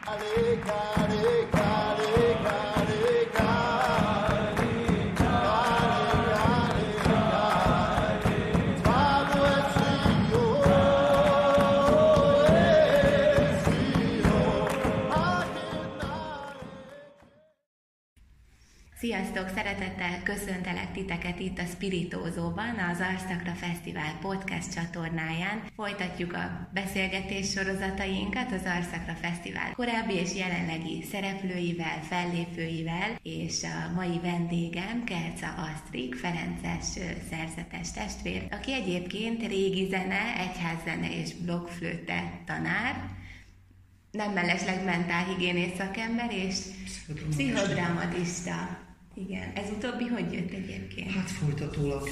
Sziasztok! Szeretettel köszöntelek titeket itt a Spiritózóban, az Arszakra Fesztivál podcast csatornáján. Folytatjuk a beszélgetés sorozatainkat az Arszakra Fesztivál korábbi és jelenlegi szereplőivel, fellépőivel, és a mai vendégem Kerca Asztrik, ferences szerzetes testvér, aki egyébként régi zene, egyházzene és blokkflöte tanár, nem mellesleg mentálhigiénész szakember és pszichodramatista. Igen, ez utóbbi hogy jött egyébként? Hát folytatólag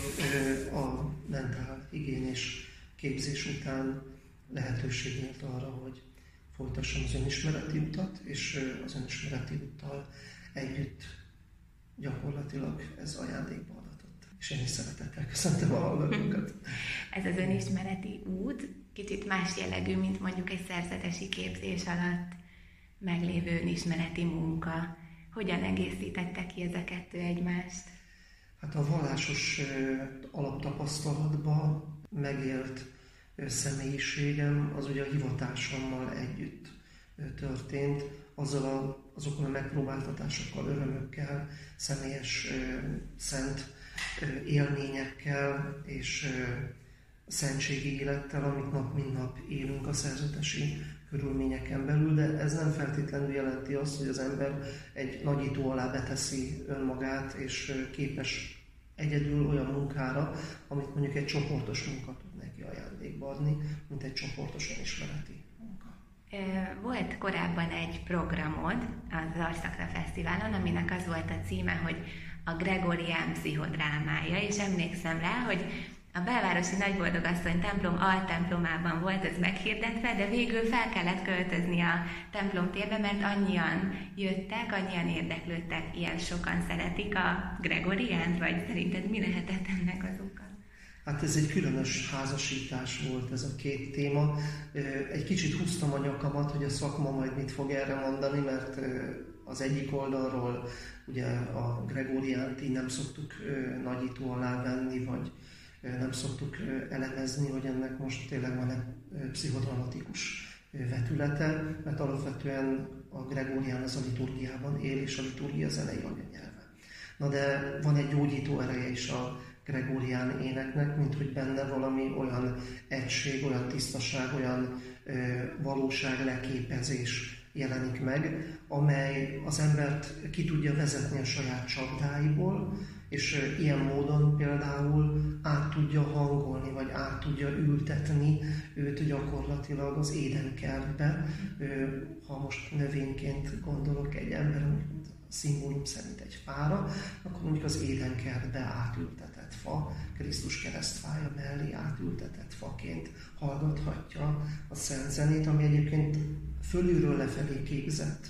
a mentálhigiénés képzés után lehetőség nyílt arra, hogy folytassam az önismereti utat, és az önismereti úttal együtt gyakorlatilag ez ajándékba adatott. És én is szeretettel köszöntöm a hallgatókat. Ez az önismereti út kicsit más jellegű, mint mondjuk egy szerzetesi képzés alatt meglévő önismereti munka. Hogyan egészítette ki ez a kettő egymást? Hát a vallásos alaptapasztalatban megélt személyiségem az ugye a hivatásommal együtt történt, azokon a megpróbáltatásokkal, örömökkel, személyes szent élményekkel és szentségi élettel, amit nap mint nap élünk a szerzetesi körülményeken belül, de ez nem feltétlenül jelenti azt, hogy az ember egy nagyító alá beteszi önmagát, és képes egyedül olyan munkára, amit mondjuk egy csoportos munka tud neki ajándékba adni, mint egy csoportos önismereti munka. Volt korábban egy programod az Arszakra Fesztiválon, aminek az volt a címe, hogy a Gregorián pszichodrámája, és emlékszem rá, hogy a belvárosi Nagyboldogasszony templom altemplomában volt ez meghirdetve, de végül fel kellett költözni a templom térbe, mert annyian jöttek, annyian érdeklődtek, ilyen sokan szeretik a Gregoriánt, vagy szerinted mi lehetett ennek az oka? Hát ez egy különös házasítás volt ez a két téma. Egy kicsit húztam a nyakamat, hogy a szakma majd mit fog erre mondani, mert az egyik oldalról ugye a Gregoriánt így nem szoktuk nagyító alá venni, vagy nem szoktuk elemezni, hogy ennek most tényleg van-e pszichodramatikus vetülete, mert alapvetően a Gregorián az a liturgiában él, és a liturgia zenei anyanyelve. Na de van egy gyógyító ereje is a Gregorián éneknek, mint hogy benne valami olyan egység, olyan tisztaság, olyan valóság leképezés jelenik meg, amely az embert ki tudja vezetni a saját csapdáiból, és ilyen módon például át tudja hangolni, vagy át tudja ültetni őt gyakorlatilag az édenkertbe. Ha most növényként gondolok egy ember, szimbólum szerint egy fára, akkor mondjuk az édenkertbe átültetett fa, Krisztus keresztfája mellé átültetett faként hallgathatja a szent zenét, ami egyébként fölülről lefelé képzett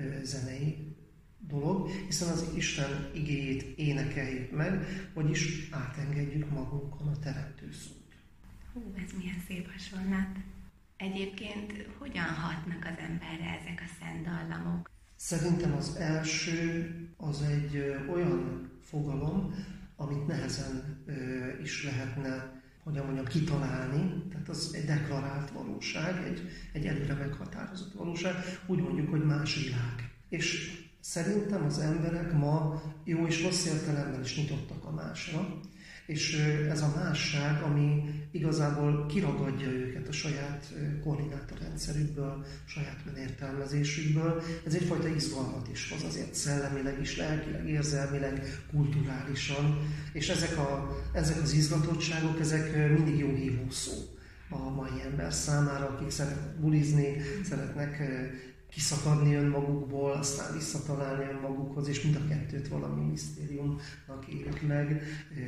zenei dolog, hiszen az Isten igéjét énekeljük meg, vagyis átengedjük magunkon a teremtő szót. Hú, ez milyen szép hasonlat. Egyébként hogyan hatnak az emberre ezek a szent dallamok? Szerintem az első az egy olyan fogalom, amit nehezen is lehetne, hogyan mondjam, kitalálni. Tehát az egy deklarált valóság, egy előre meghatározott valóság. Úgy mondjuk, hogy más világ. És szerintem az emberek ma jó és rossz értelemben is nyitottak a másra, és ez a másság, ami igazából kiragadja őket a saját koordinátorrendszerükből, saját önértelmezésükből, ez egyfajta izgalmat is hoz azért szellemileg is, lelkileg, érzelmileg, kulturálisan, és ezek az izgatottságok, ezek mindig jó hívószó a mai ember számára, akik szeretnek bulizni, szeretnek kiszakadni önmagukból, aztán visszatalálni önmagukhoz, és mind a kettőt valami misztériumnak élik meg,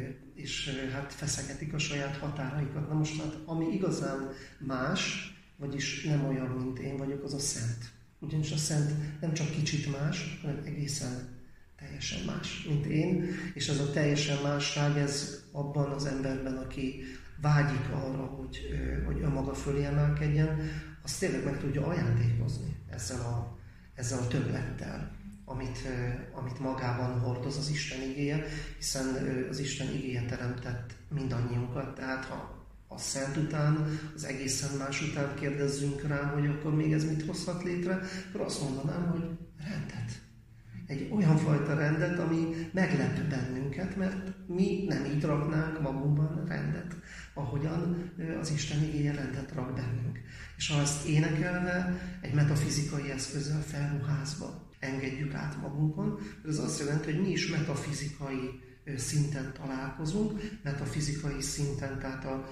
és hát feszegetik a saját határaikat. Na most hát, ami igazán más, vagyis nem olyan, mint én vagyok, az a szent. Ugyanis a szent nem csak kicsit más, hanem egészen teljesen más, mint én, és ez a teljesen másság, ez abban az emberben, aki vágyik arra, hogy önmaga fölé emelkedjen, azt tényleg meg tudja ajándékozni ezzel a többlettel, amit magában hordoz az Isten igéje, hiszen az Isten igéje teremtett mindannyiunkat, tehát ha a szent után, az egészen más után kérdezzünk rá, hogy akkor még ez mit hozhat létre, akkor azt mondanám, hogy rendet. Egy olyan fajta rendet, ami meglep bennünket, mert mi nem így raknánk magunkban rendet, ahogyan az Isten igéje rendet rak bennünk. És ha ezt énekelve egy metafizikai eszközzel felruházva engedjük át magunkon, ez azt jelenti, hogy mi is metafizikai szinten találkozunk, metafizikai szinten, tehát a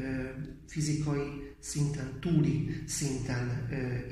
fizikai szinten, túli szinten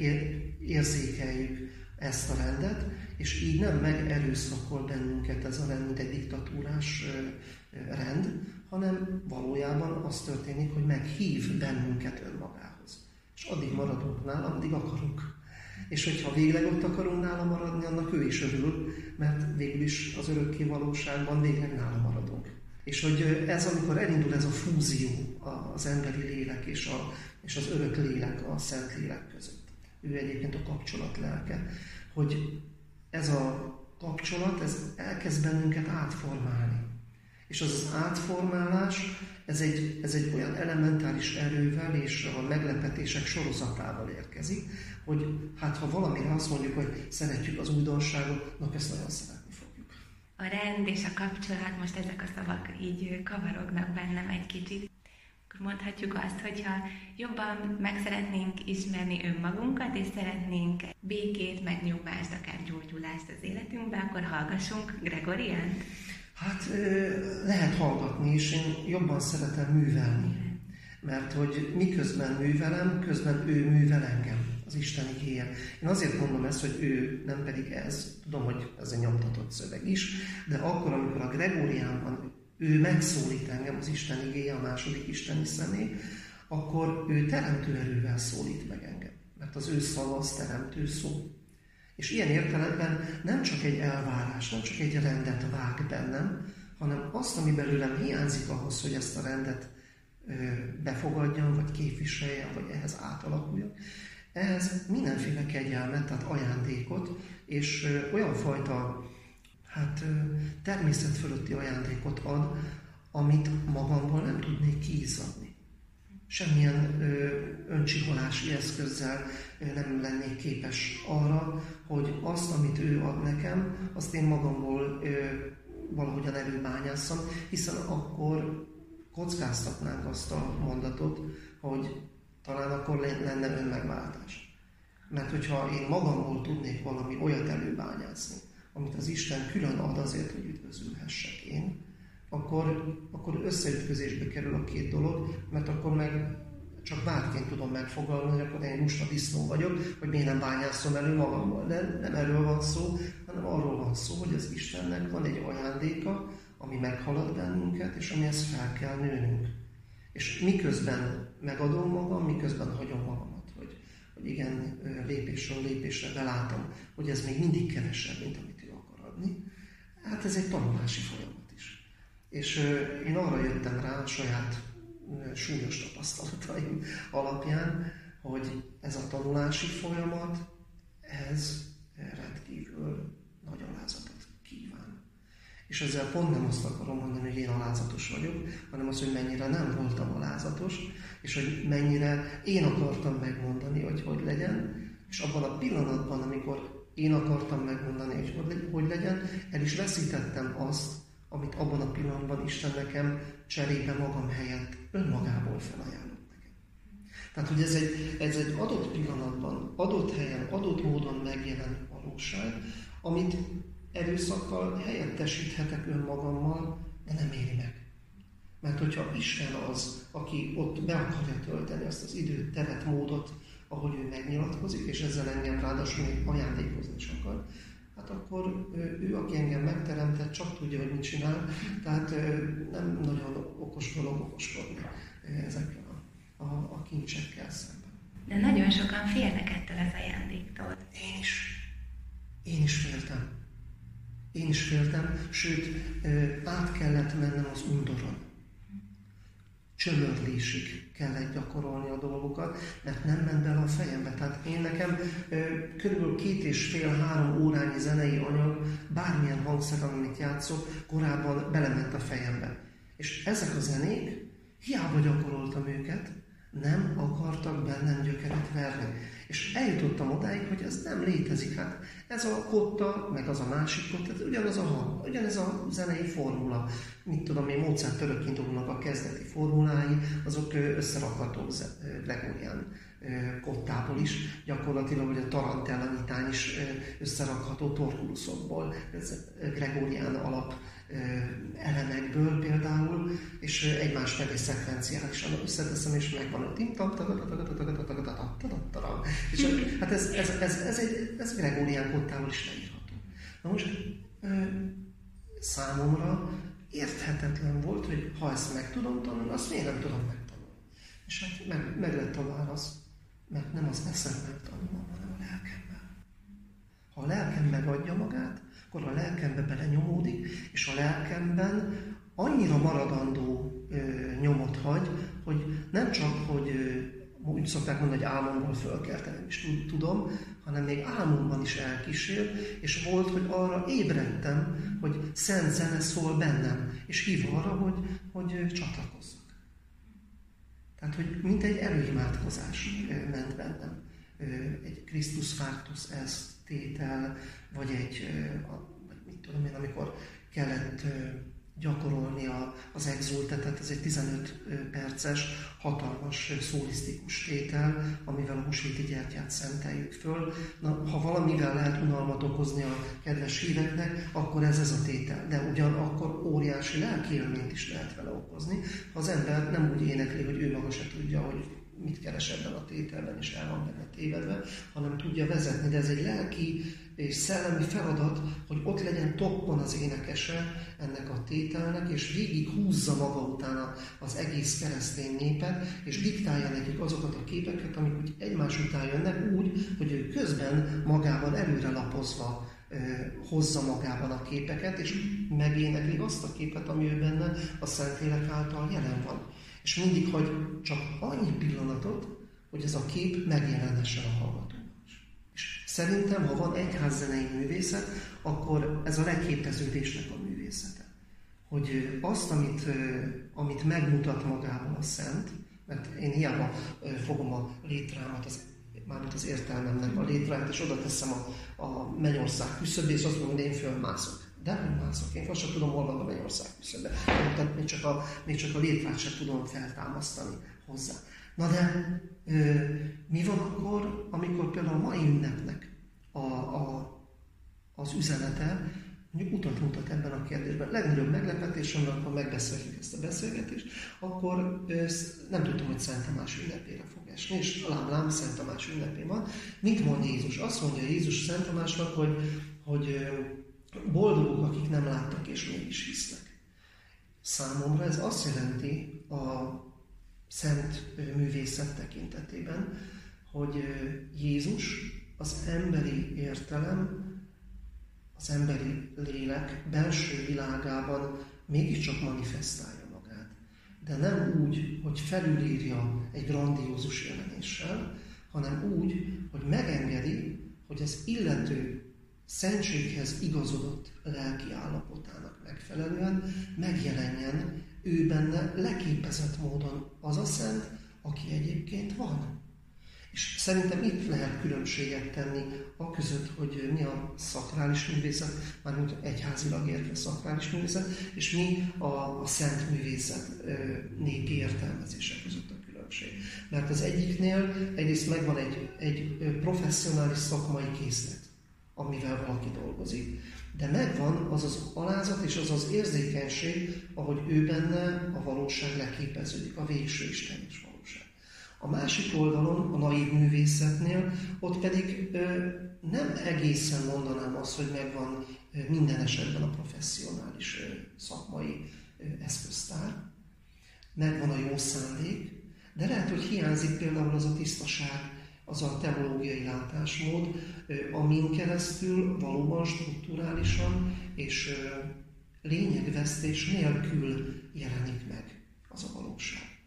érzékeljük ezt a rendet, és így nem megerőszakol bennünket ez a rend, mint egy diktatúrás rend, hanem valójában az történik, hogy meghív bennünket önmagához. És addig maradunk nála, addig akarunk. És hogyha végleg ott akarunk nála maradni, annak ő is örül, mert végül is az örökké valóságban végleg nála maradunk. És hogy ez, amikor elindul ez a fúzió az emberi lélek és az örök lélek a szent lélek között. Ő egyébként a kapcsolat lelke, hogy ez a kapcsolat, ez elkezd bennünket átformálni. És az átformálás, ez egy olyan elementáris erővel és a meglepetések sorozatával érkezik, hogy hát ha valamire azt mondjuk, hogy szeretjük az újdonságot, ezt nagyon szeretni fogjuk. A rend és a kapcsolat, most ezek a szavak így kavarognak bennem egy kicsit. Akkor mondhatjuk azt, hogyha jobban meg szeretnénk ismerni önmagunkat, és szeretnénk békét, megnyugvást, akár gyógyulást az életünkbe, akkor hallgassunk Gregoriánt? Hát lehet hallgatni, és én jobban szeretem művelni. Mert hogy miközben művelem, közben ő művel engem, az Isten igéje. Én azért mondom ezt, hogy ő, nem pedig ez. Tudom, hogy ez egy nyomtatott szöveg is, de akkor, amikor a Gregoriánban ő megszólít engem, az Isten igéje, a második isteni személy, akkor ő teremtő erővel szólít meg engem. Mert az ő szava az teremtő szó. És ilyen értelemben nem csak egy elvárás, nem csak egy rendet vág bennem, hanem azt, ami belőlem hiányzik ahhoz, hogy ezt a rendet befogadjam, vagy képviseljem, vagy ehhez átalakuljak. Ehhez mindenféle kegyelmet, tehát ajándékot, és olyan fajta természet fölötti ajándékot ad, amit magamból nem tudnék kiizzadni. Semmilyen öncsiholási eszközzel nem lennék képes arra, hogy azt, amit ő ad nekem, azt én magamból valahogyan előbányásszam, hiszen akkor kockáztatnánk azt a mondatot, hogy talán akkor lenne önmegváltás. Mert hogyha én magamból tudnék valami olyat előbányászni, amit az Isten külön ad azért, hogy üdvözülhessek én, akkor összeütközésbe kerül a két dolog, mert akkor meg csak vádként tudom megfogalmazni, hogy akkor én egy lusta disznó vagyok, hogy miért nem bányászom elő magamból. De nem erről van szó, hanem arról van szó, hogy az Istennek van egy ajándéka, ami meghalad bennünket, és amihez fel kell nőnünk. És miközben megadom magam, miközben hagyom magamat, hogy igen, lépésről lépésre belátom, hogy ez még mindig kevesebb, mint amit ő akar adni. Hát ez egy tanulási folyamat is. És én arra jöttem rá a saját súlyos tapasztalataim alapján, hogy ez a tanulási folyamat, ez rendkívül nagy alázatot kíván. És ezzel pont nem azt akarom mondani, hogy én alázatos vagyok, hanem azt, hogy mennyire nem voltam alázatos, és hogy mennyire én akartam megmondani, hogy legyen, és abban a pillanatban, amikor én akartam megmondani, hogy legyen, el is veszítettem azt, amit abban a pillanatban Isten nekem cserébe magam helyett önmagából felajánlott nekem. Tehát, hogy ez egy adott pillanatban, adott helyen, adott módon megjelenő valóság, amit erőszakkal helyettesíthetek önmagammal, de nem éri meg. Mert hogyha Isten az, aki ott be akarja tölteni azt az időt, teret, módot, ahogy ő megnyilatkozik, és ezzel engem ráadásul még ajándékozni is akar, hát akkor ő, aki engem megteremtett, csak tudja, hogy mit csinál, tehát nem nagyon okos dolog okoskodni ezekkel a kincsekkel szemben. De nagyon sokan félnek ettől az ajándéktól. Én is féltem, sőt, át kellett mennem az undoron. csömörlésig kellett gyakorolni a dolgokat, mert nem ment bele a fejembe. Tehát én nekem körülbelül 2,5-3 órányi zenei anyag, bármilyen hangszer, amit játszok, korábban belement a fejembe. És ezek a zenék, hiába gyakoroltam őket, nem akartak bennem gyökeret verni. És eljutottam odáig, hogy ez nem létezik. Hát ez a kotta, meg az a másik kotta, ez ugyanaz a hang, ugyanez a zenei formula. Mit tudom én, Mozart Törökindulónak a kezdeti formulái, azok összerakhatók Gregorián kottából is, gyakorlatilag, hogy a tarantella nyitán is összerakható torkuluszokból, ez Gregorián alap elemekből például, és egymás felé szekvenciálisan összeteszem, és megvan a tim-tam, és hát ez Gregorián kottával is leírható. Na most számomra érthetetlen volt, hogy ha ezt meg tudom tanulni, azt miért nem tudom megtanulni. És hát meg lett a válasz, mert nem az eszemben tanulom, hanem a lelkemben. Ha a lelkem megadja magát, akkor a lelkembe belenyomódik, és a lelkemben annyira maradandó nyomot hagy, hogy nem csak, hogy úgy szokták mondani, hogy álmomból fölkeltem, is tudom, hanem még álmomban is elkísér, és volt, hogy arra ébredtem, hogy szent zene szól bennem, és hív arra, hogy csatlakozzak. Tehát, hogy mint egy előimádkozás ment bennem. Egy Christus Factus est tétel, vagy mit tudom én, amikor kellett gyakorolni az exultetet, ez egy 15 perces, hatalmas szólisztikus tétel, amivel a húsvéti gyertyát szenteljük föl. Na, ha valamivel lehet unalmat okozni a kedves híveknek, akkor ez a tétel. De ugyanakkor óriási lelki élményt is lehet vele okozni, ha az ember nem úgy énekli, hogy ő maga se tudja, hogy mit keres ebben a tételben, és el van benne tévedve, hanem tudja vezetni. De ez egy lelki és szellemi feladat, hogy ott legyen toppon az énekese ennek a tételnek, és végig húzza maga után az egész keresztény népet, és diktálja nekik azokat a képeket, amik úgy egymás után jönnek úgy, hogy ő közben magában előre lapozva hozza magában a képeket, és megénekli azt a képet, ami ő benne a Szentlélek által jelen van. És mindig hagy csak annyi pillanatot, hogy ez a kép megjelenhessen a hallgatóban. És szerintem, ha van egyházzenei művészet, akkor ez a leképeződésnek a művészete. Hogy azt, amit megmutat magában a szent, mert én hiába fogom a létrámat, mármint az értelmemnek a létrámat, és oda teszem a mennyország küszöbé, és azt mondom, hogy én fölmászok. De nem mászok, én azt sem tudom hol van a mennyország küszöbe. Tehát még csak a létrát sem tudom feltámasztani hozzá. Na de mi van akkor, amikor például a mai ünnepnek az üzenete utat mutat ebben a kérdésben. Legnagyobb meglepetésem, amikor megbeszéljük ezt a beszélgetést, akkor nem tudtam, hogy Szent Tamás ünnepére fog esni, és lám Szent Tamás ünnepén van. Mit mond Jézus? Azt mondja Jézus Szent Tamásnak, hogy boldogok, akik nem láttak és mégis hisznek. Számomra ez azt jelenti a szent művészet tekintetében, hogy Jézus az emberi értelem, az emberi lélek belső világában mégiscsak manifestálja magát. De nem úgy, hogy felülírja egy grandiózus jelenéssel, hanem úgy, hogy megengedi, hogy az illető szentséghez igazodott lelki állapotának megfelelően megjelenjen ő benne leképezett módon az a szent, aki egyébként van. És szerintem itt lehet különbséget tenni a között, hogy mi a szakrális művészet, mármint egyházilag értve szakrális művészet, és mi a szent művészet népi értelmezése között a különbség. Mert az egyiknél egyrészt megvan egy professzionális szakmai készlet, amivel valaki dolgozik, de megvan az az alázat és az az érzékenység, ahogy ő benne a valóság leképeződik, a végső istenies valóság. A másik oldalon, a naív művészetnél, ott pedig nem egészen mondanám azt, hogy megvan minden esetben a professzionális szakmai eszköztár, megvan a jó szándék, de lehet, hogy hiányzik például az a tisztaság, az a teológiai látásmód, amin keresztül valóban strukturálisan és lényegvesztés nélkül jelenik meg az a valóság.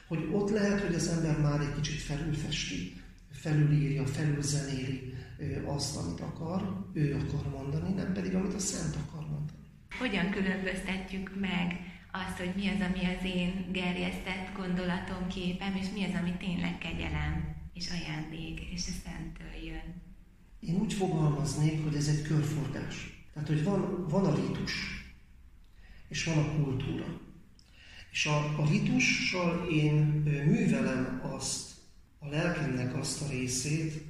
Hogy ott lehet, hogy az ember már egy kicsit felülfesti, felülírja, felülzenéli azt, amit akar, ő akar mondani, nem pedig amit a Szent akar mondani. Hogyan különböztetjük meg azt, hogy mi az, ami az én gerjesztett gondolatom, képem, és mi az, ami tényleg kegyelem, és ajándék, és a Szenttől jön? Én úgy fogalmaznék, hogy ez egy körforgás. Tehát, hogy van a ritus, és van a kultúra. És a ritussal én művelem azt, a lelkemnek azt a részét,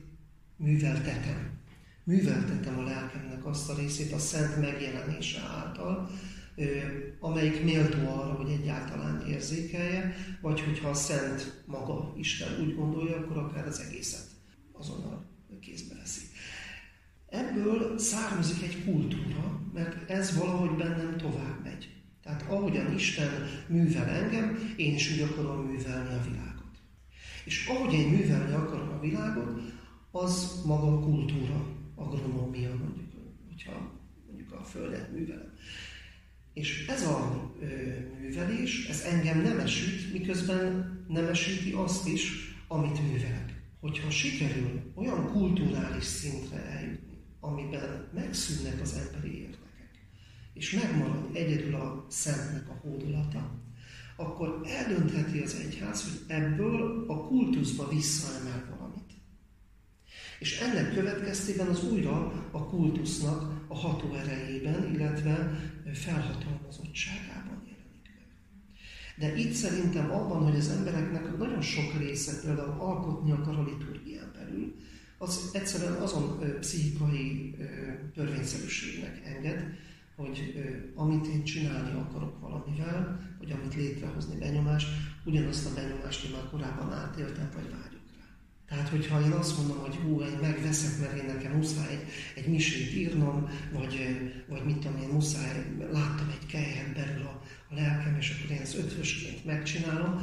műveltetem a lelkemnek azt a részét a Szent megjelenése által, amelyik méltó arra, hogy egyáltalán érzékelje, vagy hogyha a Szent maga, Isten úgy gondolja, akkor akár az egészet azonnal kézbe veszi. Ebből származik egy kultúra, mert ez valahogy bennem tovább megy. Tehát ahogyan Isten művel engem, én is úgy akarom művelni a világot. És ahogy én művelni akarom a világot, az maga a kultúra, agronómia, hogyha mondjuk a Földet művelem. És ez a művelés, ez engem nemesít, miközben nemesíti azt is, amit művelek. Hogyha sikerül olyan kulturális szintre eljutni, amiben megszűnnek az emberi érdekek, és megmarad egyedül a Szentnek a hódolata, akkor eldöntheti az egyház, hogy ebből a kultuszba visszaemel valamit. És ennek következtében az újra a kultusznak a hatóerejében, illetve felhatalmazottságában jelenik meg. De itt szerintem abban, hogy az embereknek nagyon sok része például alkotni akar a liturgián belül, az egyszerűen azon pszichikai törvényszerűségnek enged, hogy amit én csinálni akarok valamivel, vagy amit létrehozni benyomást, ugyanazt a benyomást én már korábban átéltem, vagy vágyok rá. Tehát, hogyha én azt mondom, hogy én megveszek, mert én nekem muszáj egy misét írnom, vagy mit tudom én, muszáj, láttam egy kelyhet belül a lelkem, és akkor én ezt ötvösként megcsinálom,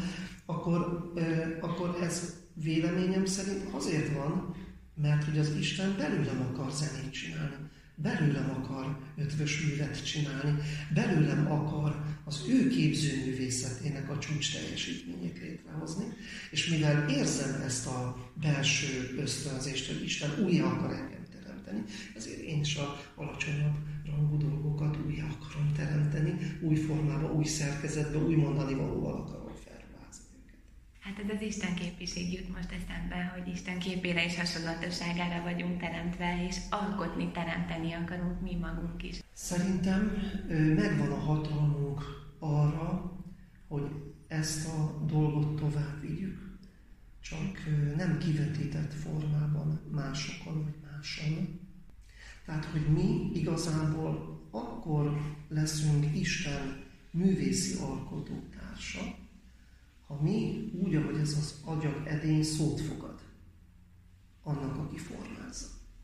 akkor ez véleményem szerint azért van, mert hogy az Isten belőlem akar zenét csinálni, belőlem akar ötvös művet csinálni, belőlem akar az ő képzőművészetének a csúcs teljesítményét létrehozni, és mivel érzem ezt a belső ösztönzést, hogy Isten újjá akar engem teremteni, ezért én is a alacsonyabb rangú dolgokat újjá akarom teremteni, új formába, új szerkezetbe, új mondani valóval akarom felruházni őket. Hát ez az Isten képiség jut most eszembe, hogy Isten képére és hasonlatosságára vagyunk teremtve, és alkotni, teremteni akarunk mi magunk is. Szerintem megvan a hatalmunk arra, hogy ezt a dolgot tovább vigyük, csak nem kivetített formában másokon vagy máson. Tehát, hogy mi igazából akkor leszünk Isten művészi alkotótársa, ha mi úgy, ahogy ez az agyag edény szót fogad annak, aki formázza.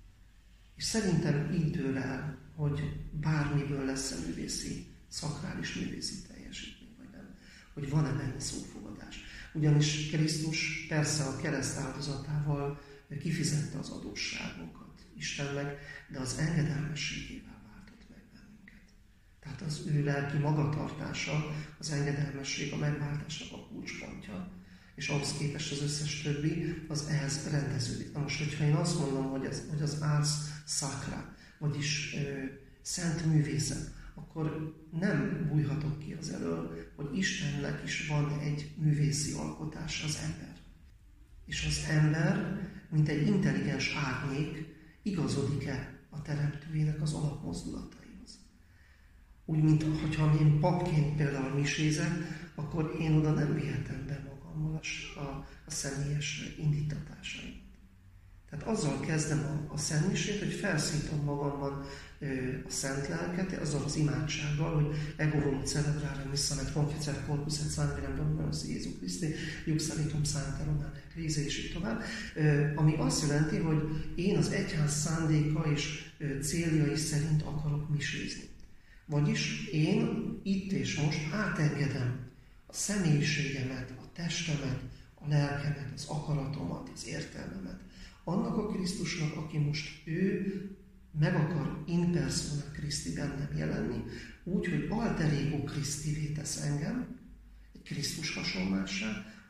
És szerintem így dől el, hogy bármiből lesz-e művészi, szakrális művészi teljesítmény, vagy nem. Hogy van-e benne szófogadás. Ugyanis Krisztus persze a kereszt áldozatával kifizette az adósságokat Istennek, de az engedelmességével váltott meg bennünket. Tehát az ő lelki magatartása, az engedelmesség, a megváltásnak a kulcspontja, és ahhoz képest az összes többi, az ehhez rendeződik. Na most, hogyha én azt mondom, hogy az ars sacra, vagyis szent művészet, akkor nem bújhatok ki az elől, hogy Istennek is van egy művészi alkotása, az ember. És az ember, mint egy intelligens árnyék, igazodik-e a teremtőjének az alapmozdulataihoz. Úgy, mint hogyha én papként például misézek, akkor én oda nem vihetem be magammal a személyes indítatásaimat. Tehát azzal kezdem a szentmisét, hogy felszítom magamban a szent lelket, azzal az imádsággal, hogy ego volunt celebrare missam et conficer corpus et sanguinem Dominus Jézus Christi, juxalitum sanctarum Ecclesiae, és így tovább, ami azt jelenti, hogy én az egyház szándéka és céljai szerint akarok misézni. Vagyis én itt és most átengedem a személyiségemet, a testemet, a lelkemet, az akaratomat, az értelmemet annak a Krisztusnak, aki most ő meg akar in persona Christi bennem jelenni, úgy, hogy alter ego Christivé tesz engem, egy Krisztus hasonlássá,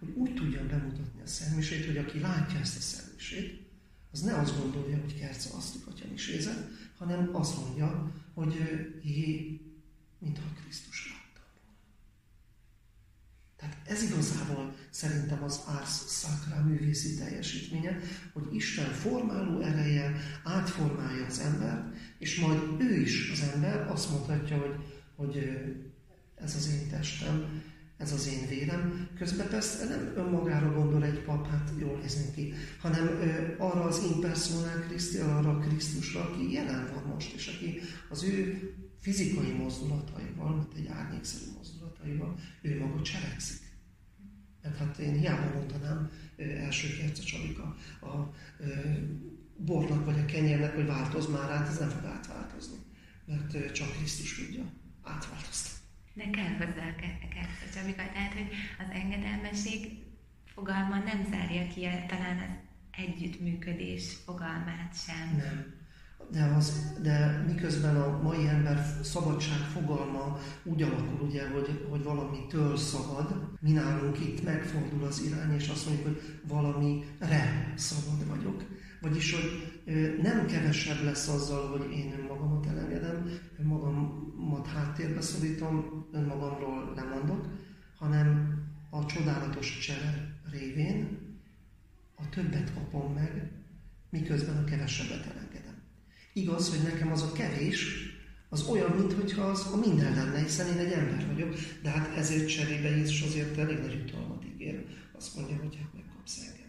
hogy úgy tudjam bemutatni a szentmisét, hogy aki látja ezt a szentmisét, az ne azt gondolja, hogy Kerca Asztik atya misézett, hanem azt mondja, hogy jé, mintha Krisztus láttam volna. Tehát ez igazából szerintem az Ars Sacra művészi teljesítménye, hogy Isten formáló ereje átformálja az embert, és majd ő is, az ember azt mondhatja, hogy ez az én testem, ez az én vérem. Közben persze nem önmagára gondol egy pap, hát jól nézünk ki, hanem arra az in persona Christi, arra a Krisztusra, aki jelen van most, és aki az ő fizikai mozdulataival, mint egy árnyékszerű mozdulataival, ő maga cselekszik. Mert hát én hiába mondanám első Kerca Csabika a bornak vagy a kenyérnek, hogy változ már át, ez nem fog átváltozni. Mert csak Krisztus tudja átváltozni. De kell hozzá a Kerca Csabika, tehát hogy az engedelmesség fogalma nem zárja ki talán az együttműködés fogalmát sem. Nem. De miközben a mai ember szabadság fogalma úgy alakul, ugye, hogy valamitől szabad, mi nálunk itt megfordul az irány, és azt mondjuk, hogy valamire szabad vagyok. Vagyis, hogy nem kevesebb lesz azzal, hogy én önmagamat elengedem, önmagamat háttérbe szorítom, önmagamról lemondok, hanem a csodálatos csere révén a többet kapom meg, miközben a kevesebbet elengedem. Igaz, hogy nekem az a kevés, az olyan, mintha az a minden lenne, hiszen én egy ember vagyok, de hát ezért cserébe Jézus azért elég nagy jutalmat ígér. Azt mondja, hogy hát megkapsz engem.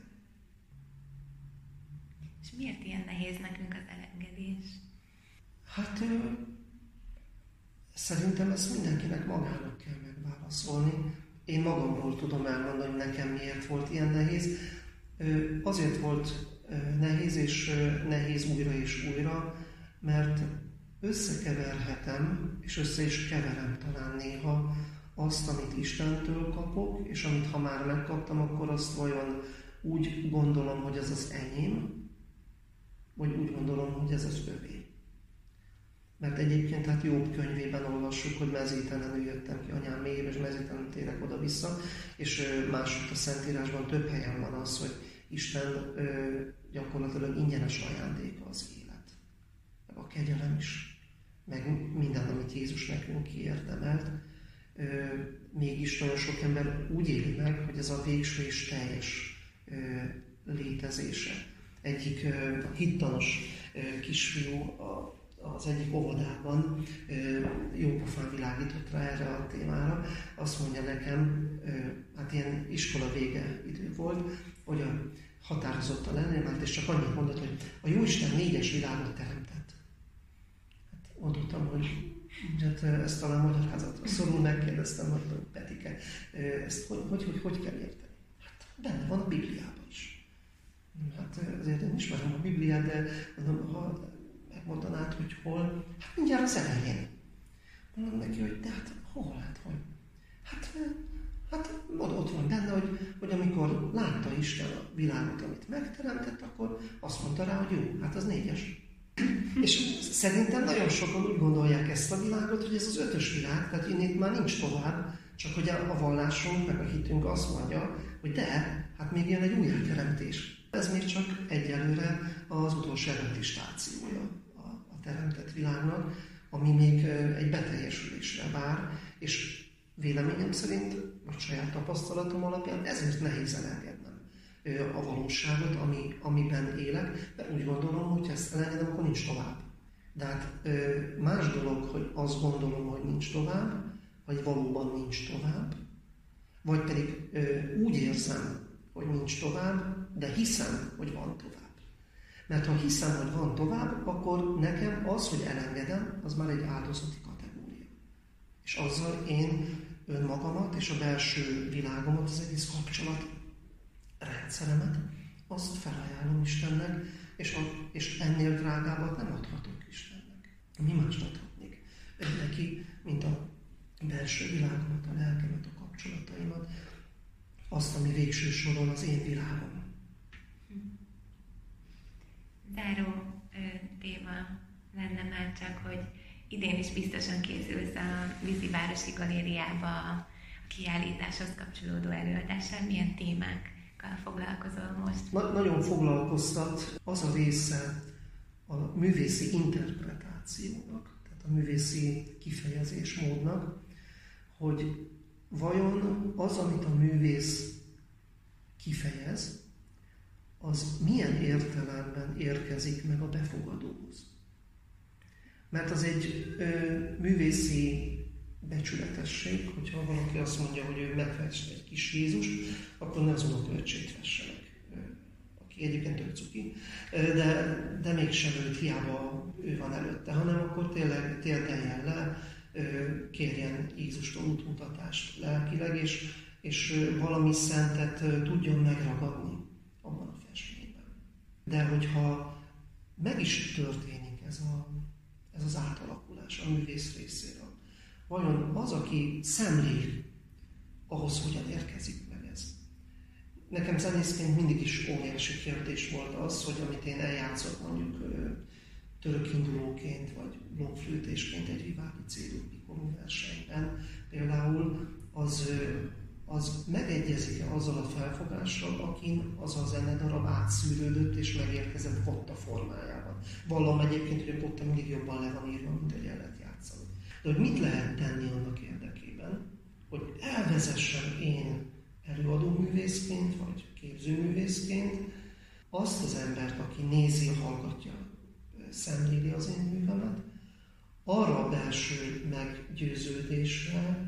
És miért ilyen nehéz nekünk az elengedés? Hát szerintem ezt mindenkinek magának kell megválaszolni. Én magamról tudom elmondani, hogy nekem miért volt ilyen nehéz. Azért volt nehéz, és nehéz újra és újra, mert összekeverhetem, és össze is keverem talán néha azt, amit Istentől kapok, és amit ha már megkaptam, akkor azt vajon úgy gondolom, hogy ez az enyém, vagy úgy gondolom, hogy ez az övé. Mert egyébként hát Jobb könyvében olvassuk, hogy mezítelenül jöttem ki anyám mélyébe, és mezítelenül térek oda-vissza, és máshogy a Szentírásban több helyen van az, hogy Isten gyakorlatilag ingyenes ajándéka az élet. Meg a kegyelem is, meg minden, amit Jézus nekünk kiérdemelt. Mégis nagyon sok ember úgy éli meg, hogy ez a végső és teljes létezése. Egyik hittanos kisfiú az egyik óvodában jópofán világított rá erre a témára. Azt mondja nekem, hát ilyen iskola vége idő volt, hogy a határozottan ellenállt, és csak annyit mondott, hogy a Jóisten 4-es világot teremtett. Hát mondottam, hogy hát ezt talán magyarázatra szorul, megkérdeztem, hogy Petike, ezt hogy kell érteni? Hát benne van a Bibliában is. Hát azért én ismerem a Bibliát, de mondom, ha megmondanád, hogy hol, hát mindjárt az elején. Mondom neki, hogy de hát hol, hát hogy? Hát ott van benne, hogy amikor látta Isten a világot, amit megteremtett, akkor azt mondta rá, hogy jó, hát az 4-es. És szerintem nagyon sokan úgy gondolják ezt a világot, hogy ez az 5-ös világ, tehát innét már nincs tovább, csak hogy a vallásunk, meg a hitünk azt mondja, hogy de, hát még jön egy újjáteremtés. Ez még csak egyelőre az utolsó eredeti stációja a teremtett világnak, ami még egy beteljesülésre vár, és véleményem szerint, vagy saját tapasztalatom alapján ezért nehéz elengednem a valóságot, amiben élek, de úgy gondolom, hogy ha ezt elengedem, akkor nincs tovább. De hát más dolog, hogy azt gondolom, hogy nincs tovább, vagy valóban nincs tovább, vagy pedig úgy érzem, hogy nincs tovább, de hiszem, hogy van tovább. Mert ha hiszem, hogy van tovább, akkor nekem az, hogy elengedem, az már egy áldozati kategória. És azzal én önmagamat és a belső világomat, az egész kapcsolat rendszeremet, azt felajánlom Istennek, és ennél drágábbat nem adhatok Istennek. Mi mást adhatnék neki, mint a belső világomat, a lelkemet, a kapcsolataimat, azt, ami végső soron az én világom. Záró téma lenne már csak, hogy idén is biztosan készülsz a Vízivárosi Galériába a kiállításhoz kapcsolódó előadással, milyen témákkal foglalkozol most? Nagyon foglalkoztat az a része a művészi interpretációnak, tehát a művészi kifejezésmódnak, hogy vajon az, amit a művész kifejez, az milyen értelemben érkezik meg a befogadóhoz. Mert az egy művészi becsületesség, hogyha valaki azt mondja, hogy ő megfest egy kis Jézust, akkor ne az unokölcsét fessenek, aki egyébként tök cuki, de mégsem őt, hiába ő van előtte, hanem akkor tényleg térdeljen le, kérjen Jézustól útmutatást lelkileg, és valami szentet tudjon megragadni abban a festményben. De hogyha meg is történik ez az átalakulás a művész részéről, vajon az, aki szemlél, ahhoz hogyan érkezik meg ez? Nekem zenészként mindig is óriási kérdés volt az, hogy amit én eljátszott mondjuk török indulóként, vagy blokkflőtésként egy Vivaldi C-dur Piccolo versenyben, például az megegyezik-e azzal a felfogással, akin az a zenedarab átszűrődött és megérkezett kotta formájában. Vallom egyébként, hogy a kotta mindig jobban le van írva, mint hogy el lehet játszani. De hogy mit lehet tenni annak érdekében, hogy elvezessem én előadóművészként, vagy képzőművészként azt az embert, aki nézi, hallgatja, szemléli az én művemet, arra a belső meggyőződésre,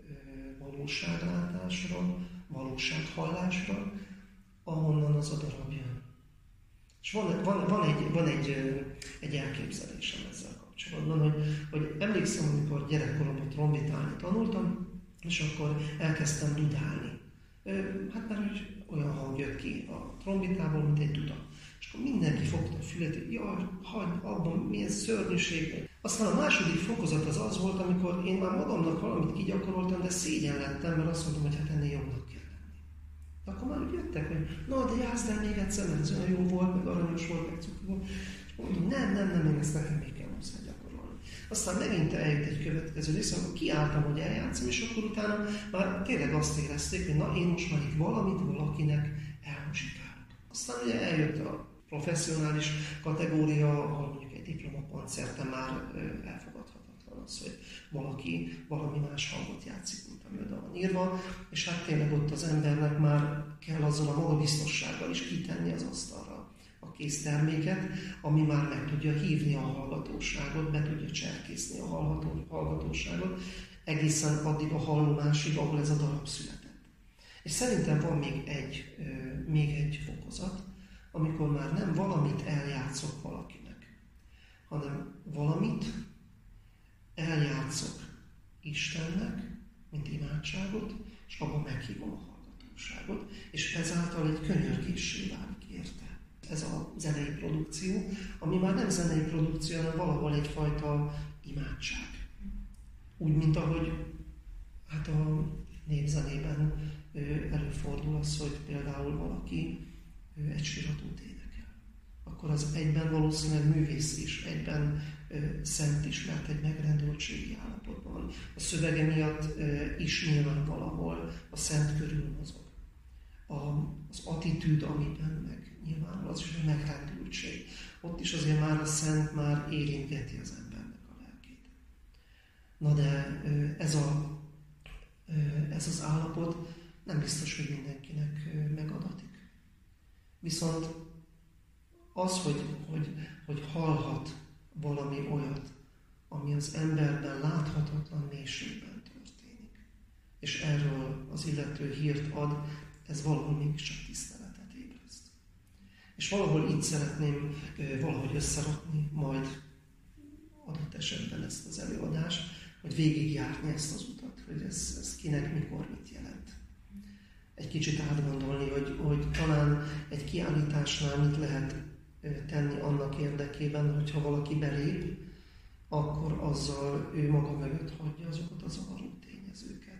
valóságlátásra, valósághallásra, ahonnan az a darab jön. És van egy elképzelésem ezzel kapcsolatban, hogy emlékszem, amikor gyerekkoromban trombitálni tanultam, és akkor elkezdtem dudálni. Hát már úgy olyan hang jött ki a trombitából, mint egy duda. És akkor mindenki fogta a fület, hogy jaj, hagyd abban, milyen szörnyűség. Aztán a második fokozat az volt, amikor én már magamnak valamit kigyakoroltam, de szégyen lettem, mert azt mondtam, hogy hát ennél jobbnak kell lenni. De akkor már úgy jöttek, hogy na, de játszd el még egyszer, mert ez olyan jó volt, meg aranyos volt, meg cuki volt. És mondom, nem, én ezt nekem még kell muszáj gyakorolni. Aztán megint eljött egy következő rész, amikor kiálltam, hogy eljátszom, és akkor utána már tényleg azt érezték, hogy na, én most már itt valamit valakinek elmuzsikálok. Aztán ugye eljött a professzionális kategória, ahol mondjuk egy diplomakoncerten már elfogadhatatlan az, hogy valaki valami más hangot játszik, mint ami oda van írva, és hát tényleg ott az embernek már kell azzal a magabiztossággal is kitenni az asztalra a készterméket, ami már meg tudja hívni a hallgatóságot, be tudja cserkészni a hallgatóságot, egészen addig a hallomásig, ahol ez a darab született. És szerintem van még egy fokozat, amikor már nem valamit eljátszok valakinek, hanem valamit eljátszok Istennek, mint imádságot, és abban meghívom a hallgatóságot, és ezáltal egy könyörgéssé válik érte. Ez a zenei produkció, ami már nem zenei produkció, hanem valahol egyfajta imádság. Úgy, mint ahogy hát a népzenében előfordul az, hogy például valaki egy síratót énekel. Akkor az egyben valószínűleg művész is, egyben szent is, mert egy megrendültségi állapotban van. A szövege miatt is nyilván valahol a szent körül mozog. Az attitűd, amiben meg nyilván az is a megrendültség. Ott is azért már a szent már érintgeti az embernek a lelkét. Na de ez az állapot nem biztos, hogy mindenkinek megadatik. Viszont az, hogy hallhat valami olyat, ami az emberben láthatatlan mélységben történik, és erről az illető hírt ad, ez valahol mégiscsak tiszteletet ébreszt. És valahol így szeretném valahogy összerakni majd adott esetben ezt az előadást, hogy végigjárni ezt az utat, hogy ez kinek, mikor, mit jelent. Egy kicsit átgondolni, hogy talán egy kiállításnál mit lehet tenni annak érdekében, hogyha valaki belép, akkor azzal ő maga mögött hagyja azokat a zavaró tényezőket,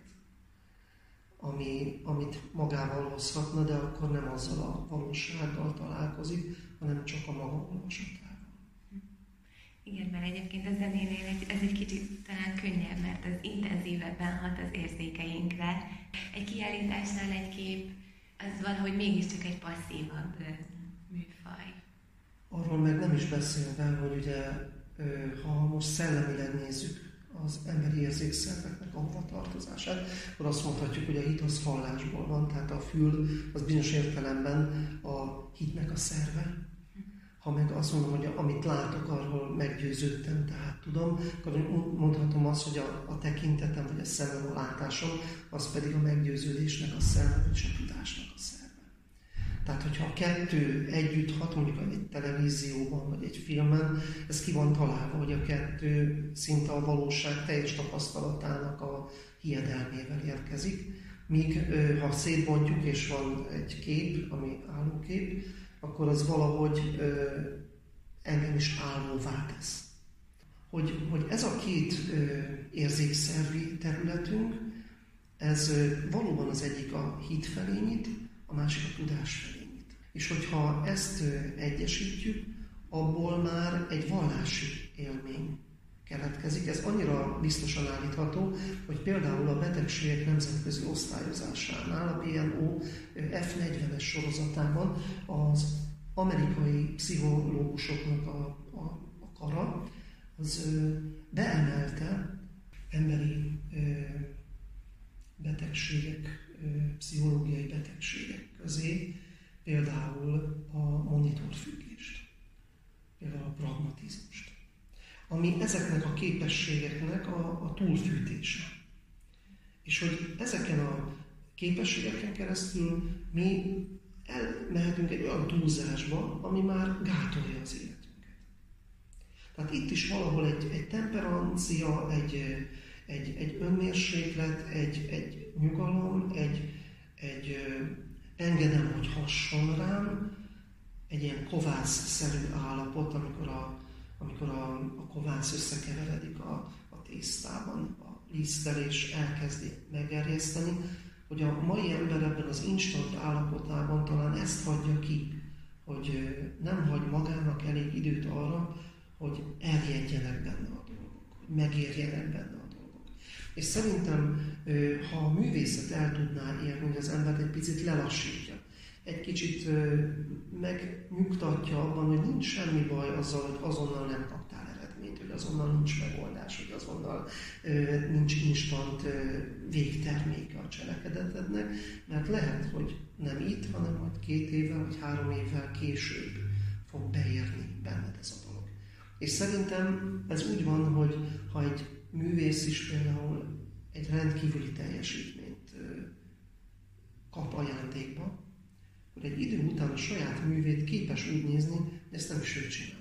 amit magával hozhatna, de akkor nem azzal a valósággal találkozik, hanem csak a maga olvasatával. Igen, mert Bár egyébként a zenénél ez egy kicsit talán könnyebb, mert az intenzívebben hat az érzékeinkre. Egy kiállításnál egy kép, az valahogy mégiscsak egy passzívabb műfaj. Arról meg nem is beszélve, hogy ugye, ha most szellemileg nézzük az emberi érzékszerveknek a hovatartozását, akkor azt mondhatjuk, hogy a hit az hallásból van, tehát a fül az bizonyos értelemben a hitnek a szerve. Ha meg azt mondom, hogy amit látok, arról meggyőződtem, tehát tudom, akkor mondhatom azt, hogy a tekintetem vagy a szemem, a látásom, az pedig a meggyőződésnek a szerve, és a tudásnak a szerve. Tehát, hogyha a kettő együtt hat, mondjuk egy televízióban, vagy egy filmen, ez ki van találva, hogy a kettő szinte a valóság teljes tapasztalatának a hiedelmével érkezik. Míg ha szétbontjuk, és van egy kép, ami állókép, akkor az valahogy engem is állóvá tesz. Hogy ez a két érzékszervi területünk, ez valóban az egyik a hit felé nyit, a másik a tudás felé nyit. És hogyha ezt egyesítjük, abból már egy vallási élmény keletkezik. Ez annyira biztosan állítható, hogy például a betegségek nemzetközi osztályozásánál, a BMO F40-es sorozatában az amerikai pszichológusoknak a kara az beemelte emberi betegségek, pszichológiai betegségek közé például a monitorfüggést, például a pragmatizmust, ami ezeknek a képességeknek a túlfűtése. És hogy ezeken a képességeken keresztül mi elmehetünk egy olyan túlzásba, ami már gátolja az életünket. Tehát itt is valahol egy temperancia, egy önmérséklet, egy nyugalom, egy engedem, hogy hasson rám, egy ilyen kovászszerű állapot, amikor a kovász összekeveredik a tésztában, a liszttel, és elkezdi megerjeszteni, hogy a mai ember ebben az instant állapotában talán ezt hagyja ki, hogy nem hagy magának elég időt arra, hogy eljedjenek benne a dolgok, hogy megérjenek benne a dolgok. És szerintem, ha a művészet el tudná érni, hogy az embert egy picit lelassítja, egy kicsit megnyugtatja abban, hogy nincs semmi baj azzal, hogy azonnal nem kaptál eredményt, hogy azonnal nincs megoldás, hogy azonnal nincs instant végterméke a cselekedetednek, mert lehet, hogy nem itt, hanem majd 2 évvel vagy 3 évvel később fog beérni benned ez a dolog. És szerintem ez úgy van, hogy ha egy művész is például egy rendkívüli teljesítményt kap ajándékba, hogy egy idő után a saját művét képes úgy nézni, hogy ezt nem is ő csinálta.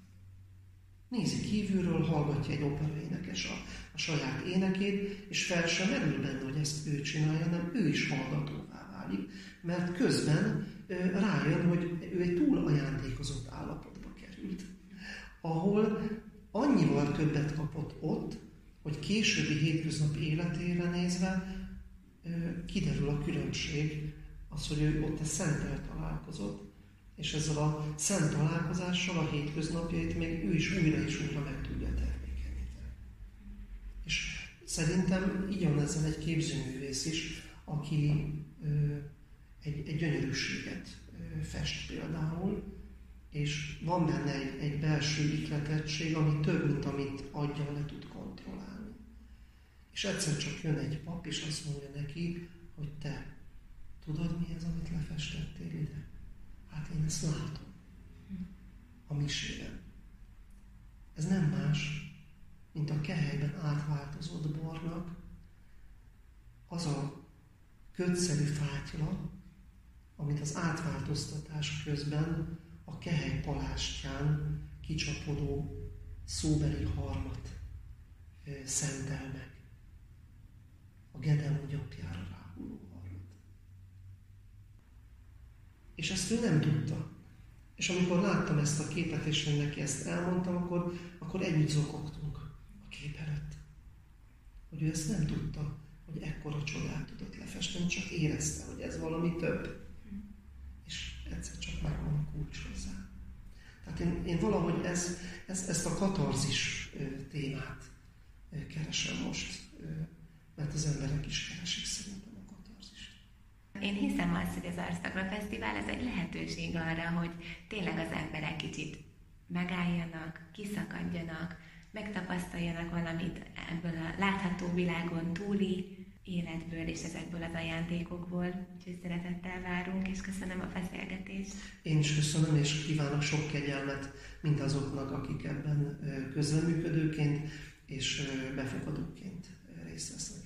Nézi kívülről, hallgatja egy operaénekes a saját énekét, és fel sem merül benne, hogy ezt ő csinálja, hanem ő is hallgatóvá válik, mert közben rájön, hogy ő egy túl ajándékozott állapotba került, ahol annyival többet kapott ott, hogy későbbi hétköznapi életére nézve kiderül a különbség, az, hogy ő ott a Szenttel találkozott, és ezzel a szent találkozással a hétköznapjait még ő is újra meg tudja termékenyíteni. És szerintem így van ezzel egy képzőművész is, aki egy gyönyörűséget fest például, és van benne egy belső ihletettség, ami több, mint amit aggyal le tud kontrollálni. És egyszer csak jön egy pap, és azt mondja neki, hogy te tudod, mi ez, amit lefestettél ide? Hát én ezt látom. A misében. Ez nem más, mint a kehelyben átváltozott bornak az a kötszerű fátyla, amit az átváltoztatás közben a kehely palástján kicsapodó szóbeli harmat szentel meg. A Gedemon gyapjára ráhulló harmat. És ezt ő nem tudta. És amikor láttam ezt a képet, és én neki ezt elmondtam, akkor együtt zokogtunk a kép előtt. Hogy ő ezt nem tudta, hogy ekkora csodát tudott lefesteni, csak érezte, hogy ez valami több. És egyszer csak megvan a kulcs hozzá. Tehát én valahogy ezt a katarzis témát keresem most, mert az emberek is keresik szerintem a katarzist. Én hiszem azt, hogy az Arszakra Fesztivál ez egy lehetőség arra, hogy tényleg az emberek kicsit megálljanak, kiszakadjanak, megtapasztaljanak valamit ebből a látható világon túli életből és ezekből az ajándékokból. Úgyhogy szeretettel várunk, és köszönöm a beszélgetést. Én is köszönöm, és kívánok sok kegyelmet mindazoknak, akik ebben közreműködőként és befogadóként részt vesznek.